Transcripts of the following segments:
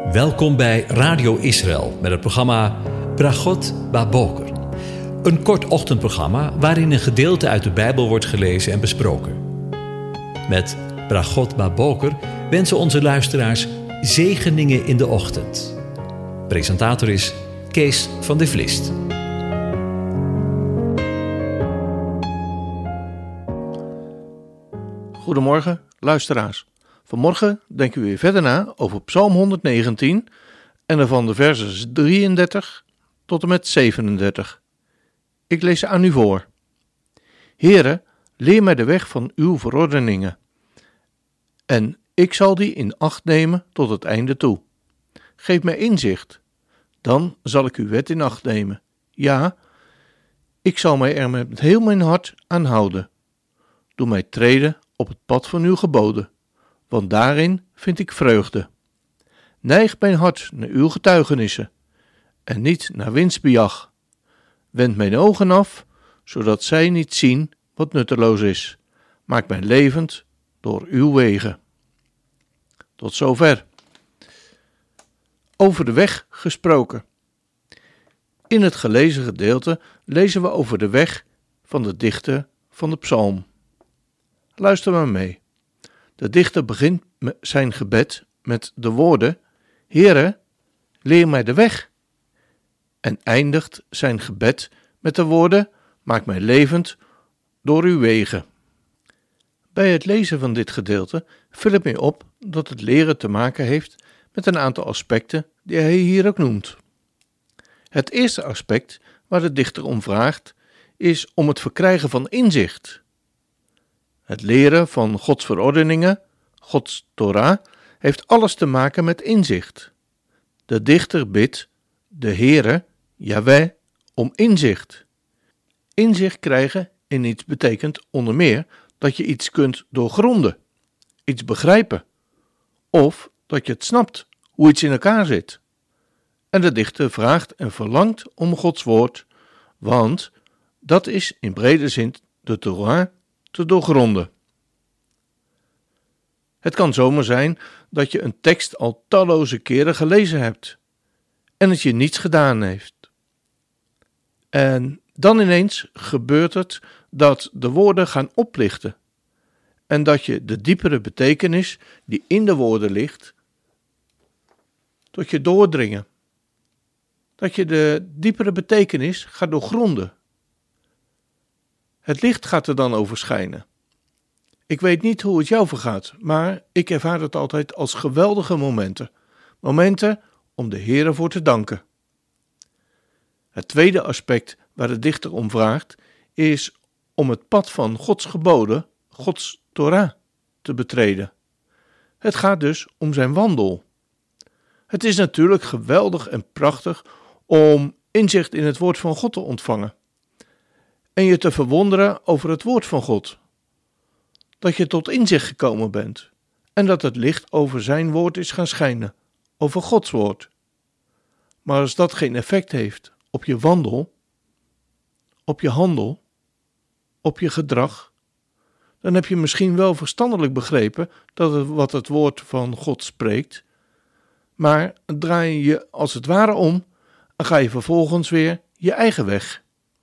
Welkom bij Radio Israël met het programma Bragot Baboker. Een kort ochtendprogramma waarin een gedeelte uit de Bijbel wordt gelezen en besproken. Met Bragot Baboker wensen onze luisteraars zegeningen in de ochtend. Presentator is Kees van de Vlist. Goedemorgen, luisteraars. Vanmorgen denken we weer verder na over Psalm 119 en daarvan de versen 33 tot en met 37. Ik lees ze aan u voor. Heere, leer mij de weg van uw verordeningen, en ik zal die in acht nemen tot het einde toe. Geef mij inzicht, dan zal ik uw wet in acht nemen. Ja, ik zal mij er met heel mijn hart aan houden. Doe mij treden op het pad van uw geboden, want daarin vind ik vreugde. Neig mijn hart naar uw getuigenissen en niet naar winstbejag. Wend mijn ogen af, zodat zij niet zien wat nutteloos is. Maak mij levend door uw wegen. Tot zover. Over de weg gesproken. In het gelezen gedeelte lezen we over de weg van de dichter van de psalm. Luister maar mee. De dichter begint zijn gebed met de woorden: Heere, leer mij de weg. En eindigt zijn gebed met de woorden: maak mij levend door uw wegen. Bij het lezen van dit gedeelte viel het mij op dat het leren te maken heeft met een aantal aspecten die hij hier ook noemt. Het eerste aspect waar de dichter om vraagt is om het verkrijgen van inzicht. Het leren van Gods verordeningen, Gods Torah, heeft alles te maken met inzicht. De dichter bidt de Heere, Yahweh, om inzicht. Inzicht krijgen in iets betekent onder meer dat je iets kunt doorgronden, iets begrijpen, of dat je het snapt hoe iets in elkaar zit. En de dichter vraagt en verlangt om Gods woord, want dat is in brede zin de Torah te doorgronden. Het kan zomaar zijn dat je een tekst al talloze keren gelezen hebt en het je niets gedaan heeft. En dan ineens gebeurt het dat de woorden gaan oplichten en dat je de diepere betekenis die in de woorden ligt, tot je doordringen. Dat je de diepere betekenis gaat doorgronden. Het licht gaat er dan over schijnen. Ik weet niet hoe het jou vergaat, maar ik ervaar het altijd als geweldige momenten. Momenten om de Heere voor te danken. Het tweede aspect waar de dichter om vraagt, is om het pad van Gods geboden, Gods Torah, te betreden. Het gaat dus om zijn wandel. Het is natuurlijk geweldig en prachtig om inzicht in het woord van God te ontvangen. En je te verwonderen over het woord van God. Dat je tot inzicht gekomen bent. En dat het licht over zijn woord is gaan schijnen. Over Gods woord. Maar als dat geen effect heeft op je wandel, op je handel, op je gedrag, dan heb je misschien wel verstandelijk begrepen wat het woord van God spreekt. Maar draai je als het ware om en ga je vervolgens weer je eigen weg.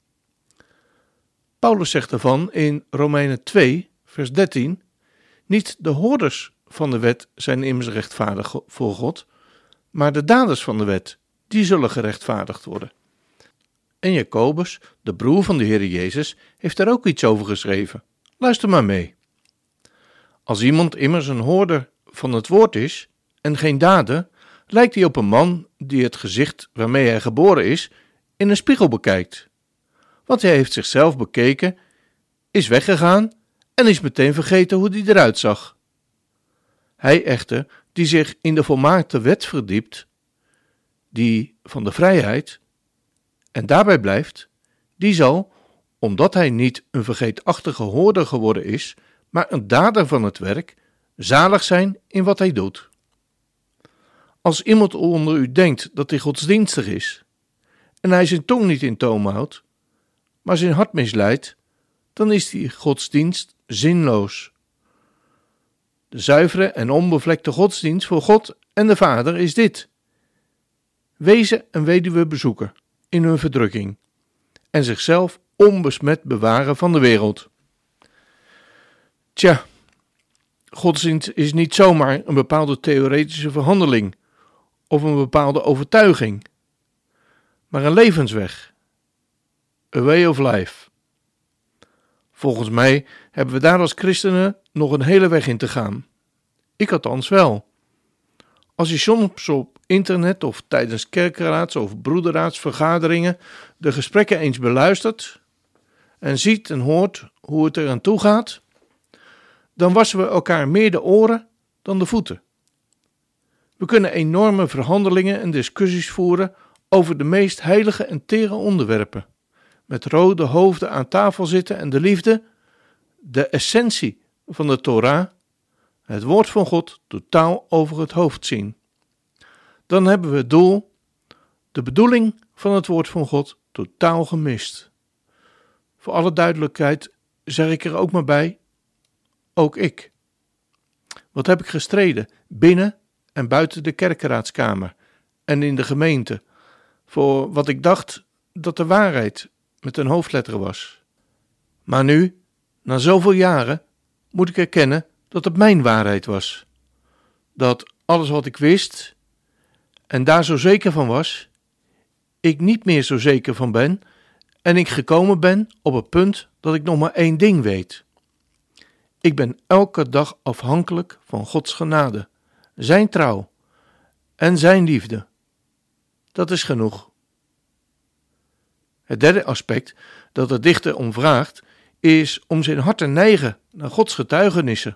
Paulus zegt ervan in Romeinen 2, vers 13, niet de hoorders van de wet zijn immers rechtvaardig voor God, maar de daders van de wet, die zullen gerechtvaardigd worden. En Jacobus, de broer van de Heer Jezus, heeft daar ook iets over geschreven. Luister maar mee. Als iemand immers een hoorder van het woord is en geen dader, lijkt hij op een man die het gezicht waarmee hij geboren is in een spiegel bekijkt. Want hij heeft zichzelf bekeken, is weggegaan en is meteen vergeten hoe hij eruit zag. Hij echter, die zich in de volmaakte wet verdiept, die van de vrijheid, en daarbij blijft, die zal, omdat hij niet een vergeetachtige hoorder geworden is, maar een dader van het werk, zalig zijn in wat hij doet. Als iemand onder u denkt dat hij godsdienstig is, en hij zijn tong niet in toom houdt, maar zijn hart misleidt, dan is die godsdienst zinloos. De zuivere en onbevlekte godsdienst voor God en de Vader is dit: wezen en weduwen bezoeken in hun verdrukking en zichzelf onbesmet bewaren van de wereld. Tja, godsdienst is niet zomaar een bepaalde theoretische verhandeling of een bepaalde overtuiging, maar een levensweg, a way of life. Volgens mij hebben we daar als christenen nog een hele weg in te gaan. Ik althans wel. Als je soms op internet of tijdens kerkraads of broederraadsvergaderingen de gesprekken eens beluistert en ziet en hoort hoe het er aan toe gaat, dan wassen we elkaar meer de oren dan de voeten. We kunnen enorme verhandelingen en discussies voeren over de meest heilige en tere onderwerpen, met rode hoofden aan tafel zitten en de liefde, de essentie van de Torah, het woord van God, totaal over het hoofd zien. Dan hebben we het doel, de bedoeling van het woord van God, totaal gemist. Voor alle duidelijkheid zeg ik er ook maar bij, ook ik. Wat heb ik gestreden, binnen en buiten de kerkraadskamer en in de gemeente, voor wat ik dacht dat de waarheid met een hoofdletter was. Maar nu, na zoveel jaren, moet ik erkennen dat het mijn waarheid was. Dat alles wat ik wist en daar zo zeker van was, ik niet meer zo zeker van ben en ik gekomen ben op het punt dat ik nog maar één ding weet. Ik ben elke dag afhankelijk van Gods genade, zijn trouw en zijn liefde. Dat is genoeg. Het derde aspect dat de dichter om vraagt, is om zijn hart te neigen naar Gods getuigenissen.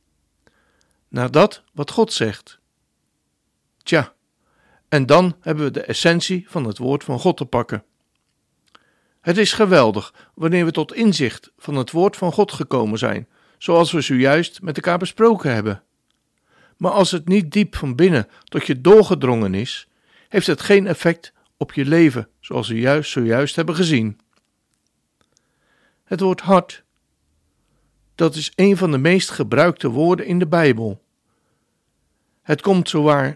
Naar dat wat God zegt. Tja, en dan hebben we de essentie van het woord van God te pakken. Het is geweldig wanneer we tot inzicht van het woord van God gekomen zijn, zoals we zojuist met elkaar besproken hebben. Maar als het niet diep van binnen tot je doorgedrongen is, heeft het geen effect op je leven, zoals we zojuist hebben gezien. Het woord hart, dat is een van de meest gebruikte woorden in de Bijbel. Het komt zowaar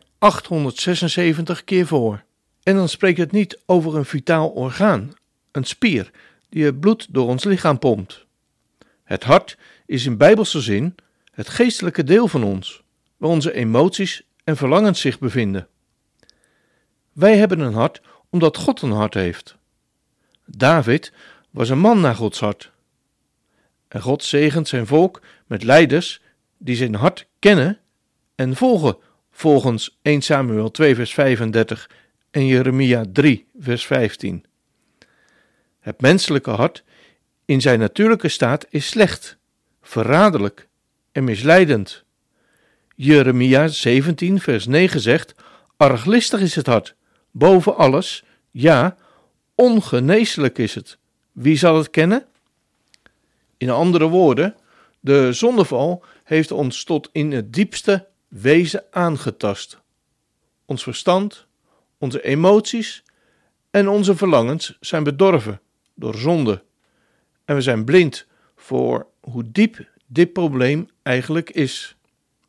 876 keer voor. En dan spreekt het niet over een vitaal orgaan, een spier die het bloed door ons lichaam pompt. Het hart is in bijbelse zin het geestelijke deel van ons, waar onze emoties en verlangens zich bevinden. Wij hebben een hart omdat God een hart heeft. David was een man naar Gods hart. En God zegent zijn volk met leiders die zijn hart kennen en volgen volgens 1 Samuel 2 vers 35 en Jeremia 3 vers 15. Het menselijke hart in zijn natuurlijke staat is slecht, verraderlijk en misleidend. Jeremia 17 vers 9 zegt, arglistig is het hart, boven alles, ja, ongeneeslijk is het. Wie zal het kennen? In andere woorden, de zondeval heeft ons tot in het diepste wezen aangetast. Ons verstand, onze emoties en onze verlangens zijn bedorven door zonde. En we zijn blind voor hoe diep dit probleem eigenlijk is.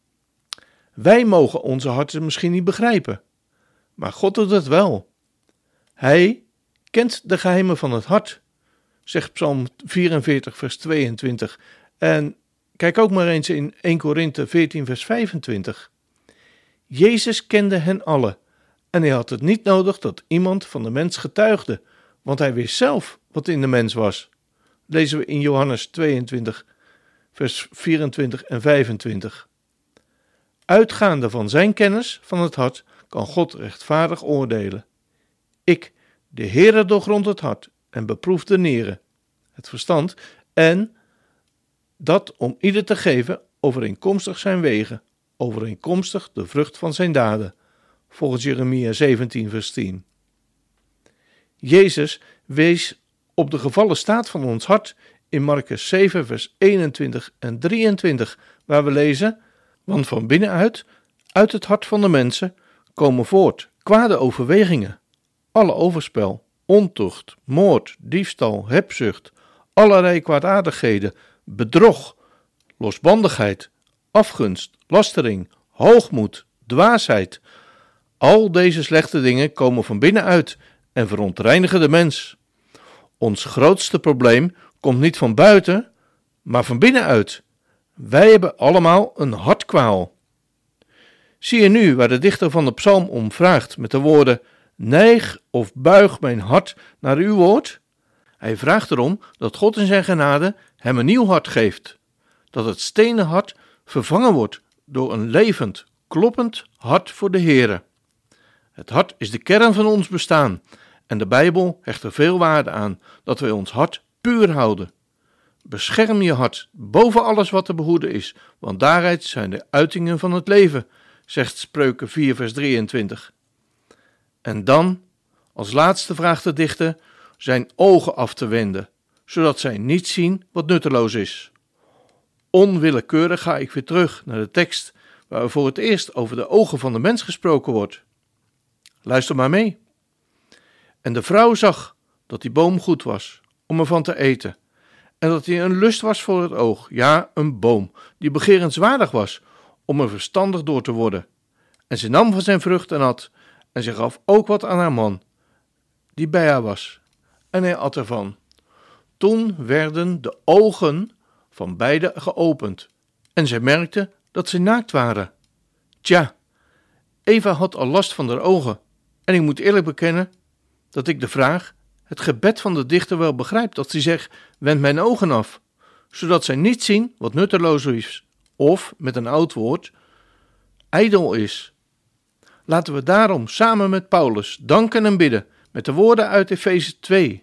Wij mogen onze harten misschien niet begrijpen, maar God doet het wel. Hij kent de geheimen van het hart, zegt Psalm 44 vers 22 en kijk ook maar eens in 1 Korinthe 14 vers 25. Jezus kende hen allen en hij had het niet nodig dat iemand van de mens getuigde, want hij wist zelf wat in de mens was. Lezen we in Johannes 22 vers 24 en 25. Uitgaande van zijn kennis van het hart kan God rechtvaardig oordelen. Ik, de Heere, doorgrond het hart en beproef de nieren, het verstand, en dat om ieder te geven overeenkomstig zijn wegen, overeenkomstig de vrucht van zijn daden, volgens Jeremia 17 vers 10. Jezus wees op de gevallen staat van ons hart in Markus 7 vers 21 en 23, waar we lezen, want van binnenuit, uit het hart van de mensen, komen voort kwade overwegingen, alle overspel, ontucht, moord, diefstal, hebzucht, allerlei kwaadaardigheden, bedrog, losbandigheid, afgunst, lastering, hoogmoed, dwaasheid. Al deze slechte dingen komen van binnenuit en verontreinigen de mens. Ons grootste probleem komt niet van buiten, maar van binnenuit. Wij hebben allemaal een hartkwaal. Zie je nu waar de dichter van de psalm om vraagt met de woorden: neig of buig mijn hart naar uw woord? Hij vraagt erom dat God in zijn genade hem een nieuw hart geeft. Dat het stenen hart vervangen wordt door een levend, kloppend hart voor de Heere. Het hart is de kern van ons bestaan en de Bijbel hecht er veel waarde aan dat wij ons hart puur houden. Bescherm je hart boven alles wat te behoeden is, want daaruit zijn de uitingen van het leven, zegt Spreuken 4 vers 23. En dan, als laatste vraagt de dichter, zijn ogen af te wenden, zodat zij niet zien wat nutteloos is. Onwillekeurig ga ik weer terug naar de tekst waar voor het eerst over de ogen van de mens gesproken wordt. Luister maar mee. En de vrouw zag dat die boom goed was om ervan te eten, en dat hij een lust was voor het oog, ja, een boom die begerenswaardig was om er verstandig door te worden. En ze nam van zijn vrucht en at, en ze gaf ook wat aan haar man, die bij haar was, en hij at ervan. Toen werden de ogen van beiden geopend, en zij merkten dat ze naakt waren. Tja, Eva had al last van haar ogen, en ik moet eerlijk bekennen dat ik de vraag, het gebed van de dichter wel begrijp, dat hij zegt: wend mijn ogen af, zodat zij niet zien wat nutteloos is, of, met een oud woord, ijdel is. Laten we daarom samen met Paulus danken en bidden met de woorden uit Efeze 2.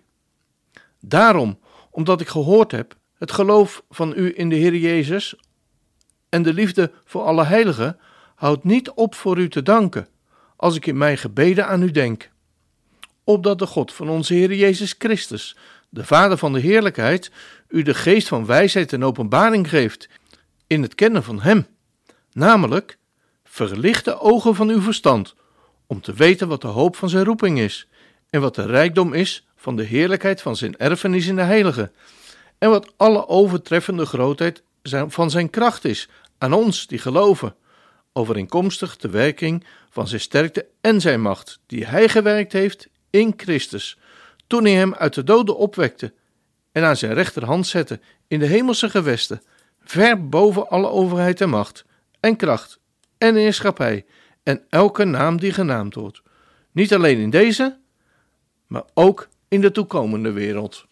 Daarom, omdat ik gehoord heb, het geloof van u in de Heer Jezus en de liefde voor alle heiligen, houdt niet op voor u te danken, als ik in mijn gebeden aan u denk. Opdat de God van onze Heer Jezus Christus, de Vader van de heerlijkheid, u de geest van wijsheid en openbaring geeft in het kennen van Hem. Namelijk, verlicht de ogen van uw verstand, om te weten wat de hoop van zijn roeping is, en wat de rijkdom is van de heerlijkheid van zijn erfenis in de heiligen, en wat alle overtreffende grootheid van zijn kracht is aan ons die geloven, overeenkomstig de werking van zijn sterkte en zijn macht, die hij gewerkt heeft in Christus, toen hij hem uit de doden opwekte en aan zijn rechterhand zette in de hemelse gewesten, ver boven alle overheid en macht en kracht en heerschappij en elke naam die genaamd wordt, niet alleen in deze, maar ook in de toekomende wereld.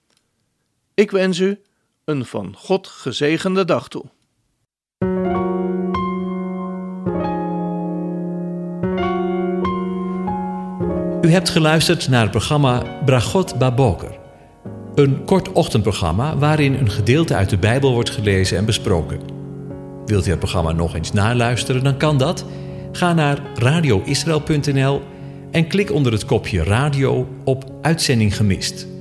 Ik wens u een van God gezegende dag toe. U hebt geluisterd naar het programma Bragot Baboker. Een kort ochtendprogramma waarin een gedeelte uit de Bijbel wordt gelezen en besproken. Wilt u het programma nog eens naluisteren, dan kan dat. Ga naar radioisrael.nl en klik onder het kopje radio op Uitzending gemist.